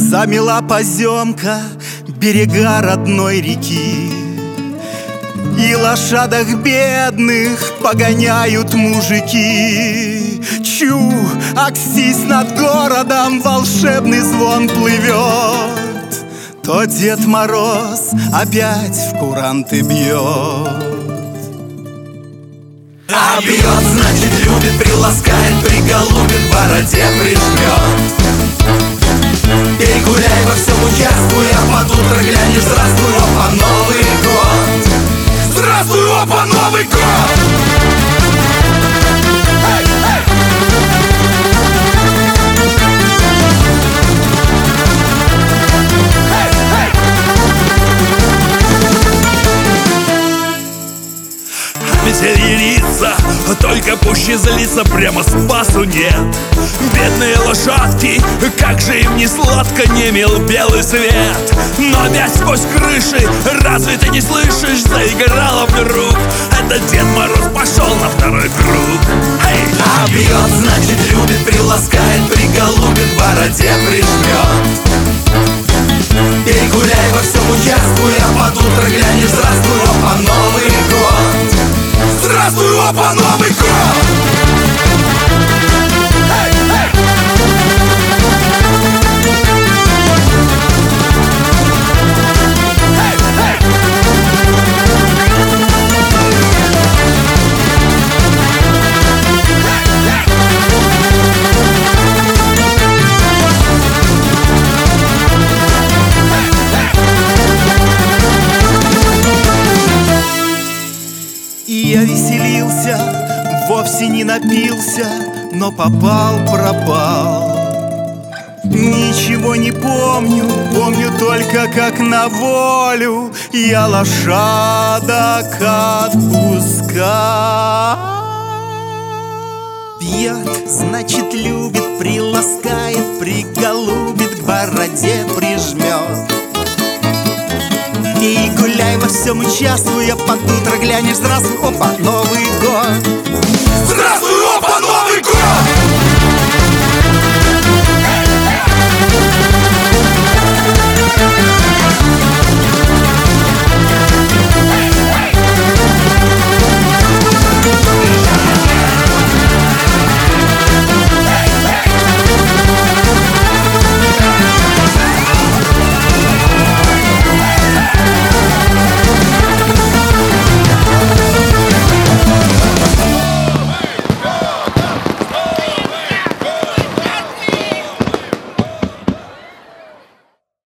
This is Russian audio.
Замела поземка берега родной реки, и лошадок бедных погоняют мужики. Чу, аксись над городом, волшебный звон плывет, то Дед Мороз опять в куранты бьет. А бьет, значит любит, приласкает, приголубит, в бороде прижмет. Пей, гуляй, во всем участвуй, а под утро глянешь: здравствуй, опа, Новый год! Здравствуй, опа, Новый год! Веселится, только пуще злится, прямо спасу нет. Бедные лошадки, как же им не сладко, не мил белый свет. Но опять сквозь крыши, разве ты не слышишь, заиграла вдруг. Это Дед Мороз пошел на второй круг. А бьет, значит любит, приласкает, приголубит, в бороде прижмет. Пей, гуляй, во всем участвуй, а под утро глянешь: здравствуй, опа, Новый год! Здравствуй, опа, Новый год! Я веселился, вовсе не напился, но попал-пропал. Ничего не помню, помню только, как на волю я лошадок отпускал. Бьет, значит любит, приласкает, приголубит, к бороде прижмет. И гуляй, во всем участвуй, а под утро глянешь: здравствуй, опа, Новый год! Здравствуй, опа,